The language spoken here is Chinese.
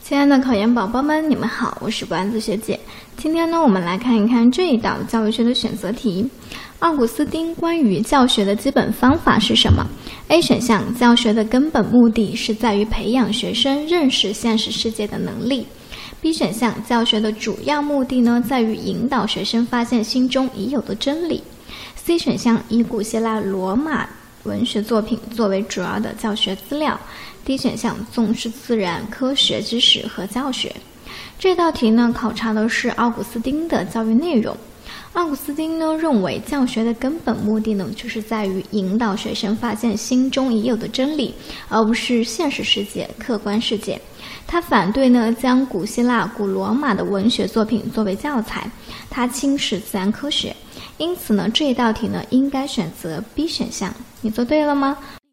亲爱的考研宝宝们，你们好，我是不安子学姐。今天呢，我们来看一看这一道教育学的选择题。奥古斯丁关于教学的基本方法是什么 ？A 选项，教学的根本目的是在于培养学生认识现实世界的能力。B 选项，教学的主要目的呢，在于引导学生发现心中已有的真理。C 选项，以古希腊罗马文学作品作为主要的教学资料。D 选项，重视自然科学知识和教学。这道题呢，考察的是奥古斯丁的教育内容。奥古斯丁呢认为，教学的根本目的呢，就是在于引导学生发现心中已有的真理，而不是现实世界、客观世界。他反对呢将古希腊、古罗马的文学作品作为教材，他轻视自然科学。因此呢，这一道题呢，应该选择 B 选项。你做对了吗？